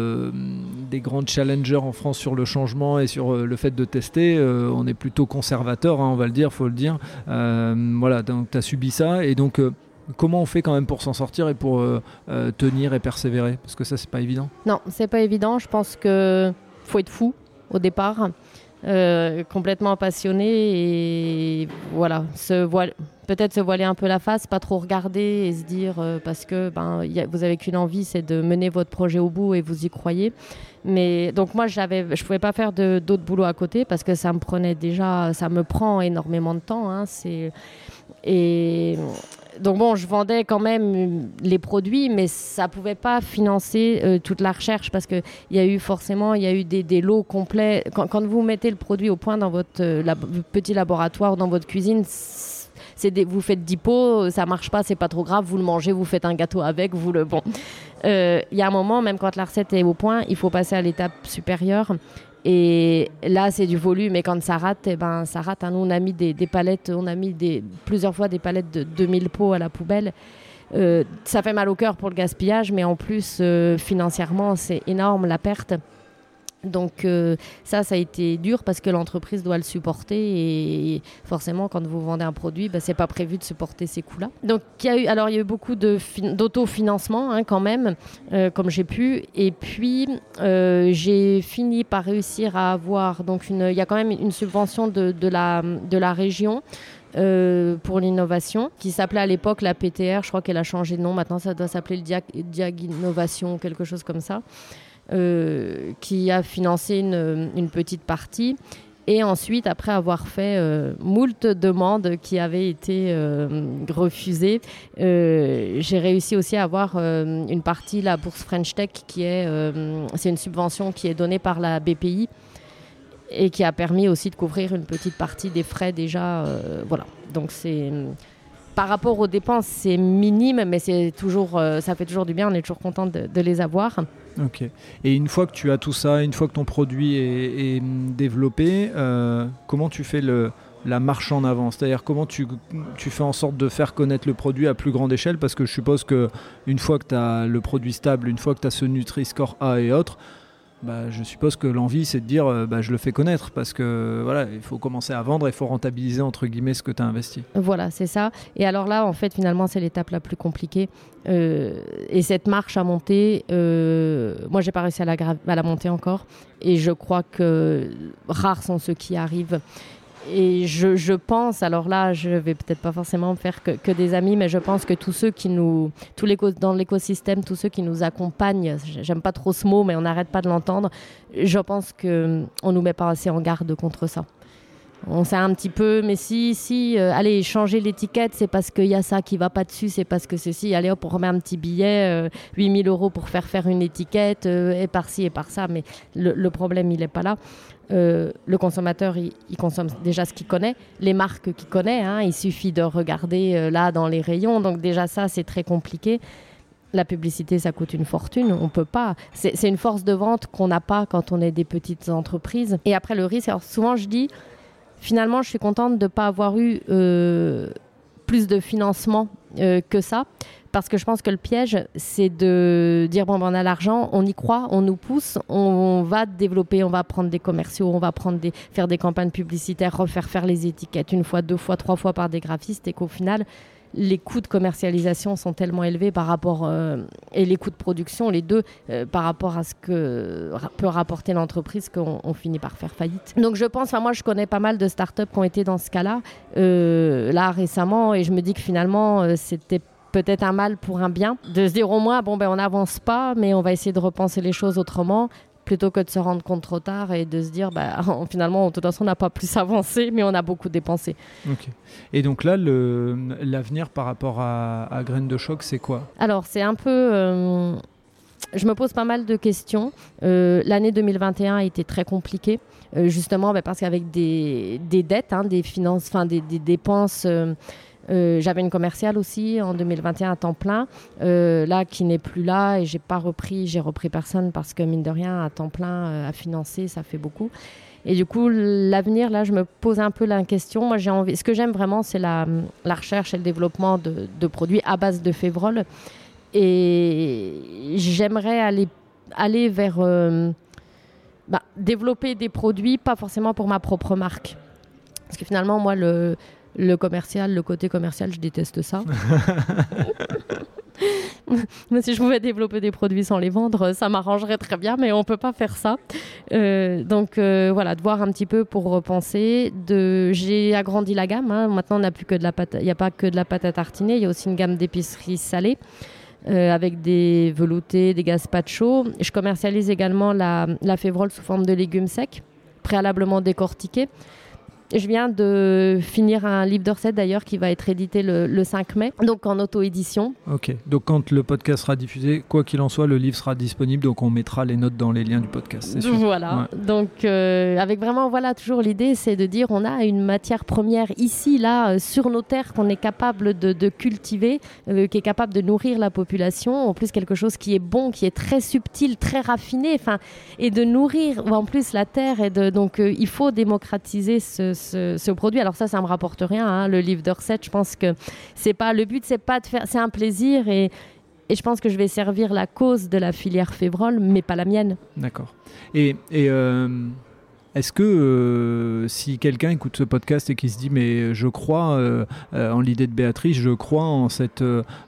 challengers en France sur le changement et sur le fait de tester, on est plutôt conservateur, hein, on va le dire, il faut le dire. Donc tu as subi ça. Et donc... comment on fait quand même pour s'en sortir et pour tenir et persévérer ? Parce que ça, c'est pas évident. Non, c'est pas évident. Je pense qu'il faut être fou au départ, complètement passionné et voilà, peut-être se voiler un peu la face, pas trop regarder et se dire parce que vous avez qu'une envie, c'est de mener votre projet au bout et vous y croyez. Mais donc moi, je pouvais pas faire d'autres boulots à côté parce que ça me prend énormément de temps. Hein, donc bon, je vendais quand même les produits, mais ça pouvait pas financer toute la recherche parce que il y a eu des lots complets. Quand vous mettez le produit au point dans votre petit laboratoire, dans votre cuisine, vous faites 10 pots, ça marche pas, c'est pas trop grave, vous le mangez, vous faites un gâteau avec, il y a un moment, même quand la recette est au point, il faut passer à l'étape supérieure. Et là, c'est du volume. Et quand ça rate, ça rate. Nous, on a mis des palettes, plusieurs fois des palettes de 2000 pots à la poubelle. Ça fait mal au cœur pour le gaspillage, mais en plus, financièrement, c'est énorme la perte. Donc ça a été dur parce que l'entreprise doit le supporter et forcément quand vous vendez un produit, c'est pas prévu de supporter ces coûts-là. Donc il y a eu beaucoup d'autofinancement quand même, comme j'ai pu. Et puis j'ai fini par réussir à avoir il y a quand même une subvention de la région. Pour l'innovation, qui s'appelait à l'époque la PTR, je crois qu'elle a changé de nom, maintenant ça doit s'appeler le Diag Innovation, quelque chose comme ça. Qui a financé une petite partie. Et ensuite, après avoir fait moult demandes qui avaient été refusées, j'ai réussi aussi à avoir une partie, la bourse French Tech, c'est une subvention qui est donnée par la BPI et qui a permis aussi de couvrir une petite partie des frais déjà. Donc par rapport aux dépenses, c'est minime, mais ça fait toujours du bien, on est toujours content de les avoir. Ok. Et une fois que tu as tout ça, une fois que ton produit est développé, comment tu fais la marche en avant ? C'est-à-dire comment tu fais en sorte de faire connaître le produit à plus grande échelle ? Parce que je suppose qu'une fois que tu as le produit stable, une fois que tu as ce Nutri-Score A et autres, je suppose que l'envie, c'est de dire je le fais connaître parce que il faut commencer à vendre, il faut rentabiliser entre guillemets ce que tu as investi. Voilà, c'est ça. Et alors là, en fait, finalement, c'est l'étape la plus compliquée. Et cette marche à monter, moi, j'ai pas réussi à la monter encore. Et je crois que rares sont ceux qui arrivent. Et je pense, alors là, je vais peut-être pas forcément faire que des amis, mais je pense que tous ceux dans l'écosystème, tous ceux qui nous accompagnent, j'aime pas trop ce mot, mais on n'arrête pas de l'entendre, je pense qu'on nous met pas assez en garde contre ça. On sait un petit peu, mais allez, changer l'étiquette, c'est parce qu'il y a ça qui va pas dessus, c'est parce que ceci, allez hop, on remet un petit billet, 8 000 € pour faire une étiquette, et par-ci et par-ça, mais le problème, il n'est pas là. Le consommateur, il consomme déjà ce qu'il connaît, les marques qu'il connaît, hein, il suffit de regarder là dans les rayons, donc déjà ça, c'est très compliqué. La publicité, ça coûte une fortune, on peut pas. C'est une force de vente qu'on n'a pas quand on est des petites entreprises. Et après, le risque, alors souvent je dis, finalement, je suis contente de ne pas avoir eu plus de financement que ça, parce que je pense que le piège, c'est de dire, bon, ben, on a l'argent, on y croit, on nous pousse, on va développer, on va prendre des commerciaux, on va faire des campagnes publicitaires, faire les étiquettes 1 fois, 2 fois, 3 fois par des graphistes, et qu'au final, les coûts de commercialisation sont tellement élevés par rapport, et les coûts de production, les deux, par rapport à ce que peut rapporter l'entreprise, qu'on finit par faire faillite. Donc je pense, moi je connais pas mal de startups qui ont été dans ce cas-là, là récemment, et je me dis que finalement c'était peut-être un mal pour un bien, de se dire au moins, bon ben on n'avance pas, mais on va essayer de repenser les choses autrement, plutôt que de se rendre compte trop tard et de se dire, finalement, de toute façon, on n'a pas plus avancé, mais on a beaucoup dépensé. Ok. Et donc là, l'avenir par rapport à Graines de Choc, c'est quoi ? Alors, c'est un peu... je me pose pas mal de questions. L'année 2021 a été très compliquée, justement parce qu'avec des dettes, des finances, des dépenses... j'avais une commerciale aussi en 2021 à temps plein, là qui n'est plus là, et j'ai repris personne parce que mine de rien à temps plein à financer ça fait beaucoup. Et du coup l'avenir, là je me pose un peu la question. Moi ce que j'aime vraiment, c'est la recherche et le développement de produits à base de févrole, et j'aimerais aller vers développer des produits, pas forcément pour ma propre marque, parce que finalement moi le côté commercial, je déteste ça. Mais si je pouvais développer des produits sans les vendre, ça m'arrangerait très bien, mais on ne peut pas faire ça. Donc voilà, de voir un petit peu pour repenser. J'ai agrandi la gamme. Maintenant, on n'a plus que de la pâte. Il n'y a pas que de la pâte à tartiner. Il y a aussi une gamme d'épiceries salées avec des veloutés, des gazpacho. Je commercialise également la févrole sous forme de légumes secs, préalablement décortiqués. Je viens de finir un livre de recettes d'ailleurs qui va être édité le 5 mai, donc en auto-édition. Ok, donc quand le podcast sera diffusé, quoi qu'il en soit, le livre sera disponible, donc on mettra les notes dans les liens du podcast, c'est sûr. Voilà, ouais. Donc avec vraiment, toujours l'idée, c'est de dire on a une matière première ici, là, sur nos terres qu'on est capable de cultiver, qui est capable de nourrir la population, en plus quelque chose qui est bon, qui est très subtil, très raffiné, et de nourrir en plus la terre, donc il faut démocratiser ce produit. Alors ça me rapporte rien, le livre de recettes. Je pense que le but, c'est pas de faire, c'est un plaisir, et je pense que je vais servir la cause de la filière févrole, mais pas la mienne. D'accord. Et est-ce que si quelqu'un écoute ce podcast et qui se dit mais je crois en l'idée de Béatrice, je crois en cette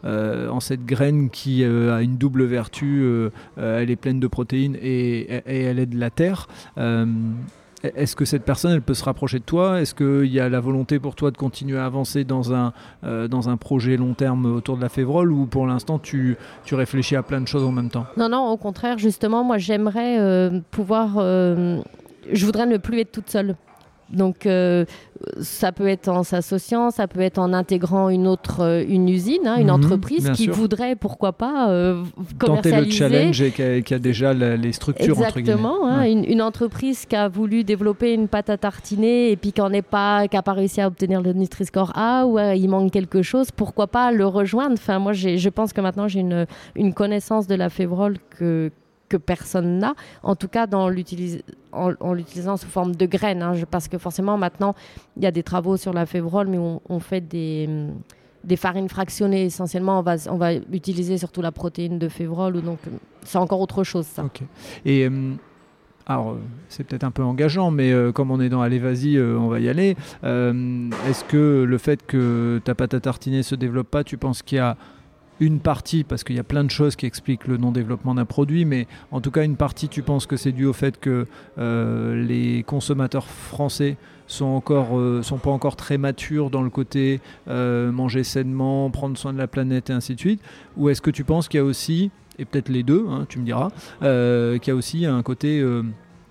graine qui a une double vertu, elle est pleine de protéines et elle est de la terre, est-ce que cette personne, elle peut se rapprocher de toi ? Est-ce qu'il y a la volonté pour toi de continuer à avancer dans un projet long terme autour de la févrole, ou pour l'instant tu réfléchis à plein de choses en même temps ? Non, au contraire, justement, moi j'aimerais pouvoir... je voudrais ne plus être toute seule. Donc ça peut être en s'associant, ça peut être en intégrant une usine, une entreprise qui voudrait, pourquoi pas, commercialiser. Tenter le challenge et qui a déjà les structures. Exactement, entre guillemets. Une entreprise qui a voulu développer une pâte à tartiner et puis qui n'a pas réussi à obtenir le Nutri-Score A, ou il manque quelque chose, pourquoi pas le rejoindre. Moi je pense que maintenant j'ai une connaissance de la févrole que personne n'a, en tout cas en l'utilisant sous forme de graines, parce que forcément maintenant il y a des travaux sur la févrole, mais on fait des farines fractionnées essentiellement. On va utiliser surtout la protéine de févrole, donc c'est encore autre chose, ça. Ok. Et alors c'est peut-être un peu engageant, mais comme on est dans Allez vas-y, on va y aller. Est-ce que le fait que ta pâte à tartiner se développe pas, tu penses qu'il y a une partie, parce qu'il y a plein de choses qui expliquent le non-développement d'un produit, mais en tout cas une partie, tu penses que c'est dû au fait que les consommateurs français sont pas encore très matures dans le côté manger sainement, prendre soin de la planète et ainsi de suite, ou est-ce que tu penses qu'il y a aussi, et peut-être les deux, tu me diras, qu'il y a aussi un côté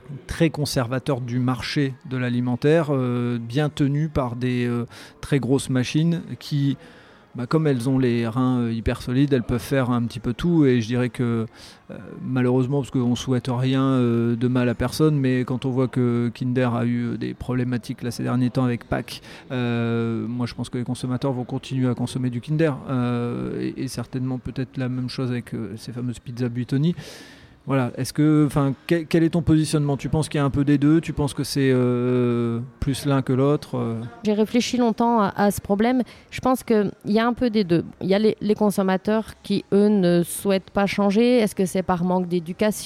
très conservateur du marché de l'alimentaire, bien tenu par des très grosses machines qui, comme elles ont les reins hyper solides, elles peuvent faire un petit peu tout. Et je dirais que malheureusement, parce qu'on ne souhaite rien de mal à personne, mais quand on voit que Kinder a eu des problématiques là, ces derniers temps avec Pâques, moi je pense que les consommateurs vont continuer à consommer du Kinder. Et certainement peut-être la même chose avec ces fameuses pizzas Buitoni. Voilà, quel est ton positionnement ? Tu penses qu'il y a un peu des deux ? Tu penses que c'est plus l'un que l'autre ? J'ai réfléchi longtemps à ce problème. Je pense qu'il y a un peu des deux. Il y a les consommateurs qui, eux, ne souhaitent pas changer. Est-ce que c'est par manque d'éducation ?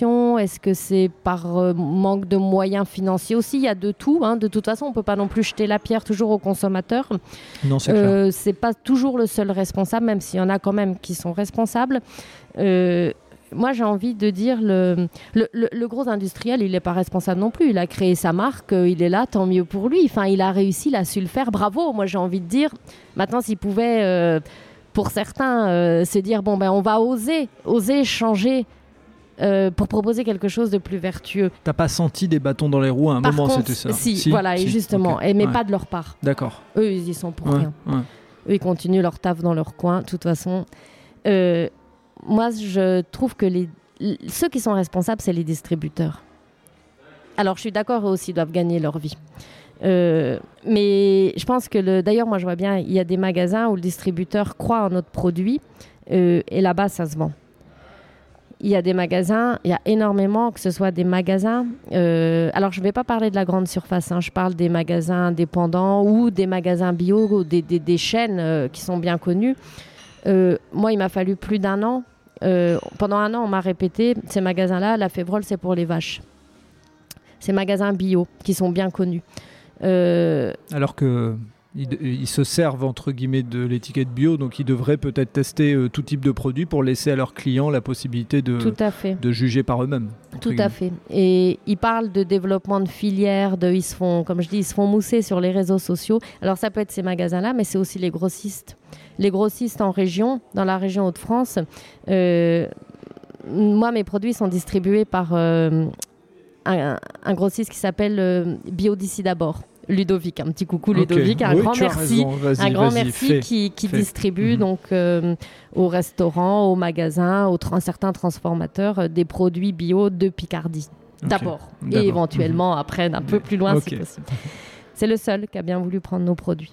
Est-ce que c'est par manque de moyens financiers aussi ? Il y a de tout. De toute façon, on ne peut pas non plus jeter la pierre toujours aux consommateurs. Non, c'est clair. C'est pas toujours le seul responsable, même s'il y en a quand même qui sont responsables. Moi, j'ai envie de dire, le gros industriel, il n'est pas responsable non plus. Il a créé sa marque, il est là, tant mieux pour lui. Enfin, il a réussi, il a su le faire, bravo. Moi, j'ai envie de dire, maintenant, s'il pouvait, pour certains, se dire, on va oser changer pour proposer quelque chose de plus vertueux. T'as pas senti des bâtons dans les roues à un moment, contre, c'était ça ? Si, voilà, et justement, okay. Mais pas de leur part. D'accord. Eux, ils y sont pour rien. Ouais. Eux, ils continuent leur taf dans leur coin, de toute façon. Moi, je trouve que ceux qui sont responsables, c'est les distributeurs. Alors, je suis d'accord, eux aussi doivent gagner leur vie. Mais je pense que, d'ailleurs, moi, je vois bien, il y a des magasins où le distributeur croit en notre produit et là-bas, ça se vend. Il y a des magasins, il y a énormément, que ce soit des magasins... alors, je ne vais pas parler de la grande surface, je parle des magasins indépendants ou des magasins bio, ou des chaînes qui sont bien connues. Moi, il m'a fallu plus d'1 an. Pendant 1 an, on m'a répété, ces magasins-là, la Févrole, c'est pour les vaches. Ces magasins bio, qui sont bien connus. Alors qu'ils se servent, entre guillemets, de l'étiquette bio, donc ils devraient peut-être tester tout type de produits pour laisser à leurs clients la possibilité de juger par eux-mêmes. Tout à fait. Et ils parlent de développement de filières, ils se font mousser sur les réseaux sociaux. Alors ça peut être ces magasins-là, mais c'est aussi les grossistes. Les grossistes en région, dans la région Hauts-de-France, moi, mes produits sont distribués par un grossiste qui s'appelle Bio d'ici d'abord. Ludovic, un petit coucou Ludovic, un grand merci qui distribue donc aux restaurants, aux magasins, certains transformateurs des produits bio de Picardie. D'abord, et éventuellement après d'un peu plus loin si possible. C'est le seul qui a bien voulu prendre nos produits.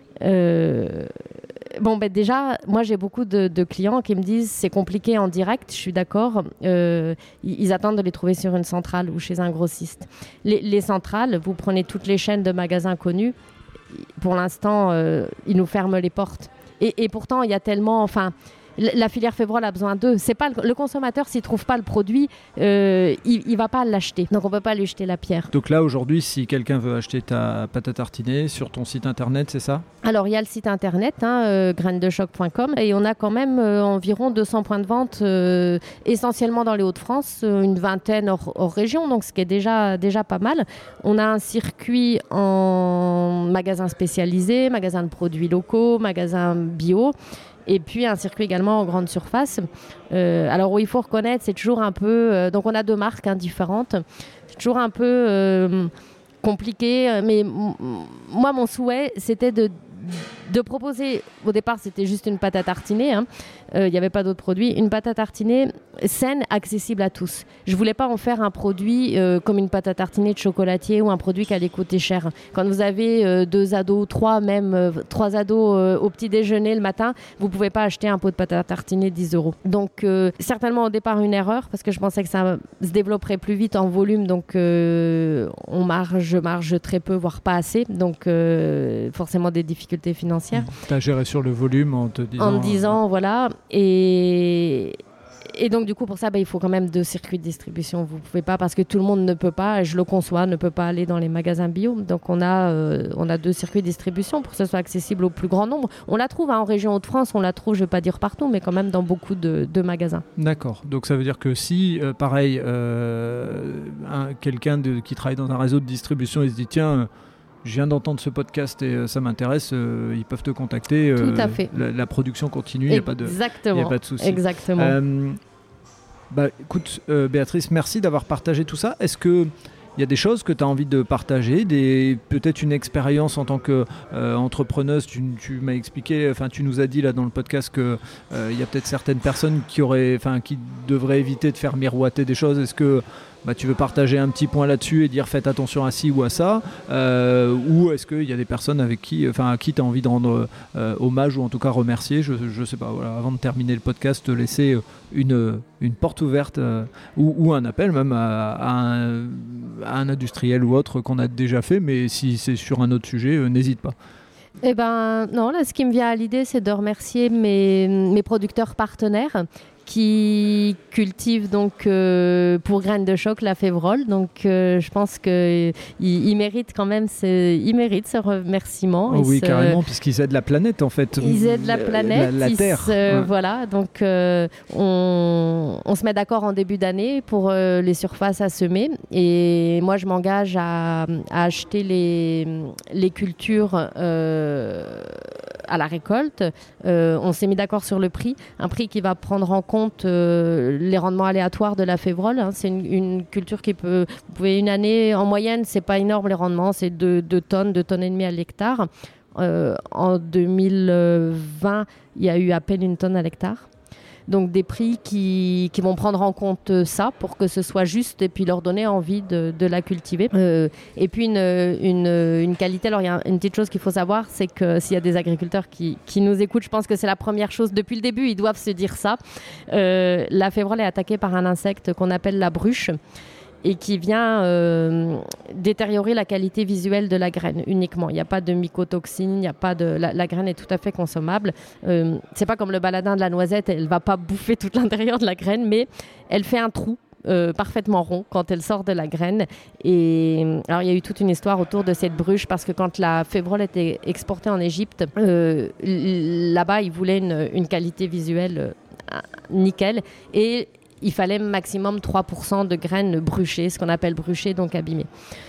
Déjà, moi j'ai beaucoup de clients qui me disent c'est compliqué en direct, je suis d'accord, ils attendent de les trouver sur une centrale ou chez un grossiste. Les centrales, vous prenez toutes les chaînes de magasins connus, pour l'instant ils nous ferment les portes. Et pourtant il y a tellement... La filière Févrole a besoin d'eux. C'est pas le consommateur, s'il ne trouve pas le produit, il ne va pas l'acheter. Donc, on ne peut pas lui jeter la pierre. Donc là, aujourd'hui, si quelqu'un veut acheter ta pâte à tartiner sur ton site internet, c'est ça ? Alors, il y a le site internet, grainesdechoc.com, et on a quand même environ 200 points de vente, essentiellement dans les Hauts-de-France, une vingtaine hors région, donc ce qui est déjà pas mal. On a un circuit en magasins spécialisés, magasins de produits locaux, magasins bio, et puis un circuit également en grande surface. Alors où il faut reconnaître, c'est toujours un peu... donc on a 2 marques différentes. C'est toujours un peu compliqué. Mais moi, mon souhait, c'était de proposer... Au départ, c'était juste une pâte à tartiner. Il n'y avait pas d'autres produits. Une pâte à tartiner saine, accessible à tous. Je ne voulais pas en faire un produit comme une pâte à tartiner de chocolatier ou un produit qui allait coûter cher. Quand vous avez 2 ados, 3 ados au petit déjeuner le matin, vous ne pouvez pas acheter un pot de pâte à tartiner 10 €. Donc, certainement au départ une erreur parce que je pensais que ça se développerait plus vite en volume. Donc, on marge très peu, voire pas assez. Donc, forcément des difficultés financières. Tu as géré sur le volume en te disant... En me disant, voilà. Et donc, du coup, pour ça, il faut quand même 2 circuits de distribution. Vous ne pouvez pas, parce que tout le monde ne peut pas, et je le conçois, ne peut pas aller dans les magasins bio. Donc, on a 2 circuits de distribution pour que ce soit accessible au plus grand nombre. On la trouve en région Hauts-de-France, on la trouve, je ne vais pas dire partout, mais quand même dans beaucoup de magasins. D'accord. Donc, ça veut dire que si, pareil, quelqu'un qui travaille dans un réseau de distribution, il se dit, tiens... Je viens d'entendre ce podcast et ça m'intéresse, ils peuvent te contacter. Tout à fait. La production continue, il n'y a pas de souci. Exactement. Écoute, Béatrice, merci d'avoir partagé tout ça. Est-ce qu'il Il y a des choses que tu as envie de partager, peut-être une expérience en tant qu'entrepreneuse. Tu m'as expliqué, tu nous as dit là dans le podcast qu'il y a peut-être certaines personnes qui devraient éviter de faire miroiter des choses. Est-ce que tu veux partager un petit point là-dessus et dire faites attention à ci ou à ça, ou est-ce qu'il y a des personnes à qui tu as envie de rendre hommage ou en tout cas remercier? Je sais pas, voilà, avant de terminer le podcast, te laisser une porte ouverte ou un appel même à un industriel ou autre qu'on a déjà fait, mais si c'est sur un autre sujet, n'hésite pas. Eh ben non, là ce qui me vient à l'idée, c'est de remercier mes producteurs partenaires qui cultive donc pour Graines de Choc la févrole. Donc je pense qu'il mérite quand même ce remerciement. Oh oui, carrément, puisqu'ils aident la planète en fait. Ils aident la planète, la Terre. Voilà, donc on se met d'accord en début d'année pour les surfaces à semer. Et moi, je m'engage à acheter les cultures à la récolte. On s'est mis d'accord sur le prix, un prix qui va prendre en compte les rendements aléatoires de la févrole. C'est une culture qui vous pouvez une année, en moyenne, c'est pas énorme les rendements, c'est 2 tonnes et demie à l'hectare. En 2020, il y a eu à peine 1 tonne à l'hectare. Donc des prix qui vont prendre en compte ça pour que ce soit juste et puis leur donner envie de la cultiver. Et puis une qualité, alors il y a une petite chose qu'il faut savoir, c'est que s'il y a des agriculteurs qui nous écoutent, je pense que c'est la première chose, depuis le début ils doivent se dire ça. La févrole est attaquée par un insecte qu'on appelle la bruche, et qui vient détériorer la qualité visuelle de la graine uniquement. Il n'y a pas de mycotoxines, la graine est tout à fait consommable. C'est pas comme le baladin de la noisette, elle ne va pas bouffer tout l'intérieur de la graine, mais elle fait un trou parfaitement rond quand elle sort de la graine. Et alors il y a eu toute une histoire autour de cette bruche, parce que quand la févrole était exportée en Égypte, là-bas ils voulaient une qualité visuelle nickel, et il fallait maximum 3% de graines bruchées, ce qu'on appelle bruchées, donc abîmées.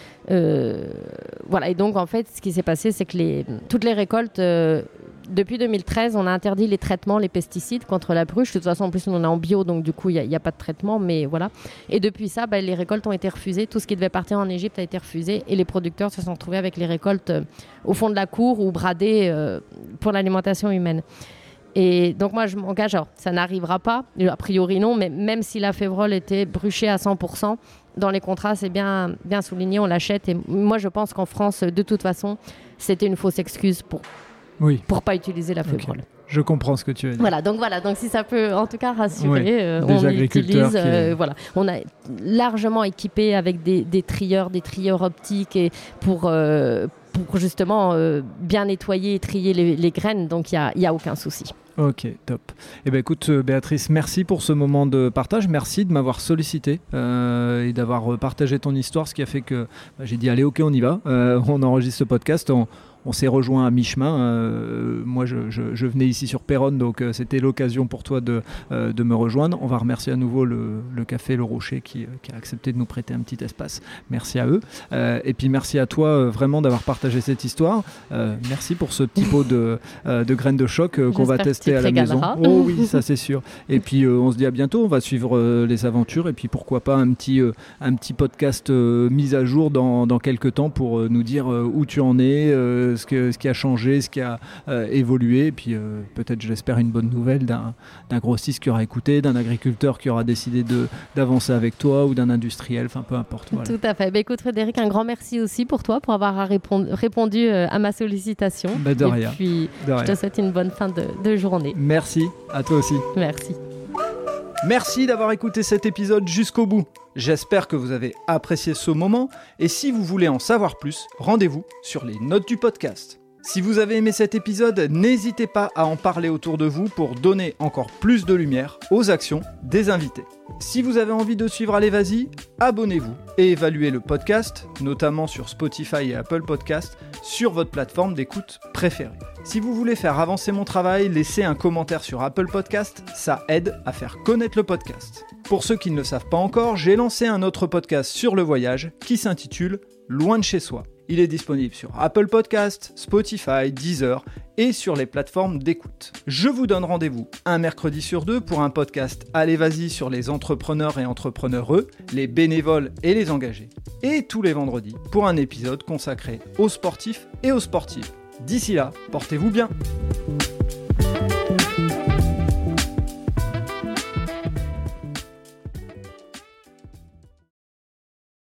Voilà, et donc en fait, ce qui s'est passé, c'est que toutes les récoltes, depuis 2013, on a interdit les traitements, les pesticides contre la bruche. De toute façon, en plus, on est en bio, donc du coup, il n'y a pas de traitement, mais voilà. Et depuis ça, les récoltes ont été refusées. Tout ce qui devait partir en Égypte a été refusé, et les producteurs se sont retrouvés avec les récoltes au fond de la cour ou bradées pour l'alimentation humaine. Et donc moi, je m'engage, alors ça n'arrivera pas, a priori non, mais même si la févrole était bruchée à 100%, dans les contrats, c'est bien souligné, on l'achète. Et moi, je pense qu'en France, de toute façon, c'était une fausse excuse pour pas utiliser la févrole. Okay. Je comprends ce que tu veux dire. Voilà, donc si ça peut en tout cas rassurer, on utilise, on a largement équipé avec des trieurs optiques, et pour justement bien nettoyer et trier les graines, donc il y a aucun souci. Ok, top. Eh bien, écoute, Béatrice, merci pour ce moment de partage. Merci de m'avoir sollicité et d'avoir partagé ton histoire, ce qui a fait que j'ai dit, allez, ok, on y va. On enregistre ce podcast. On s'est rejoint à mi-chemin. Moi, je venais ici sur Péronne, donc c'était l'occasion pour toi de me rejoindre. On va remercier à nouveau le Café Le Rocher qui a accepté de nous prêter un petit espace. Merci à eux. Et puis, merci à toi vraiment d'avoir partagé cette histoire. Merci pour ce petit pot de graines de choc qu'on va tester à la maison. Oh oui, ça c'est sûr. Et puis, on se dit à bientôt. On va suivre les aventures. Et puis, pourquoi pas un petit podcast mis à jour dans quelques temps pour nous dire où tu en es, ce qui a changé, ce qui a évolué, et puis peut-être, je l'espère, une bonne nouvelle d'un grossiste qui aura écouté, d'un agriculteur qui aura décidé d'avancer avec toi, ou d'un industriel, enfin peu importe. Voilà. Tout à fait. Écoute Frédéric, un grand merci aussi pour toi, pour avoir répondu à ma sollicitation. De rien. Et puis je te souhaite une bonne fin de journée. Merci, à toi aussi. Merci. Merci d'avoir écouté cet épisode jusqu'au bout. J'espère que vous avez apprécié ce moment, et si vous voulez en savoir plus, rendez-vous sur les notes du podcast. Si vous avez aimé cet épisode, n'hésitez pas à en parler autour de vous pour donner encore plus de lumière aux actions des invités. Si vous avez envie de suivre Allez Vas-y, abonnez-vous et évaluez le podcast, notamment sur Spotify et Apple Podcasts, sur votre plateforme d'écoute préférée. Si vous voulez faire avancer mon travail, laissez un commentaire sur Apple Podcasts, ça aide à faire connaître le podcast. Pour ceux qui ne le savent pas encore, j'ai lancé un autre podcast sur le voyage qui s'intitule Loin de chez soi. Il est disponible sur Apple Podcasts, Spotify, Deezer et sur les plateformes d'écoute. Je vous donne rendez-vous un mercredi sur 2 pour un podcast Allez vas-y sur les entrepreneurs et entrepreneureux, les bénévoles et les engagés. Et tous les vendredis pour un épisode consacré aux sportifs et aux sportives. D'ici là, portez-vous bien.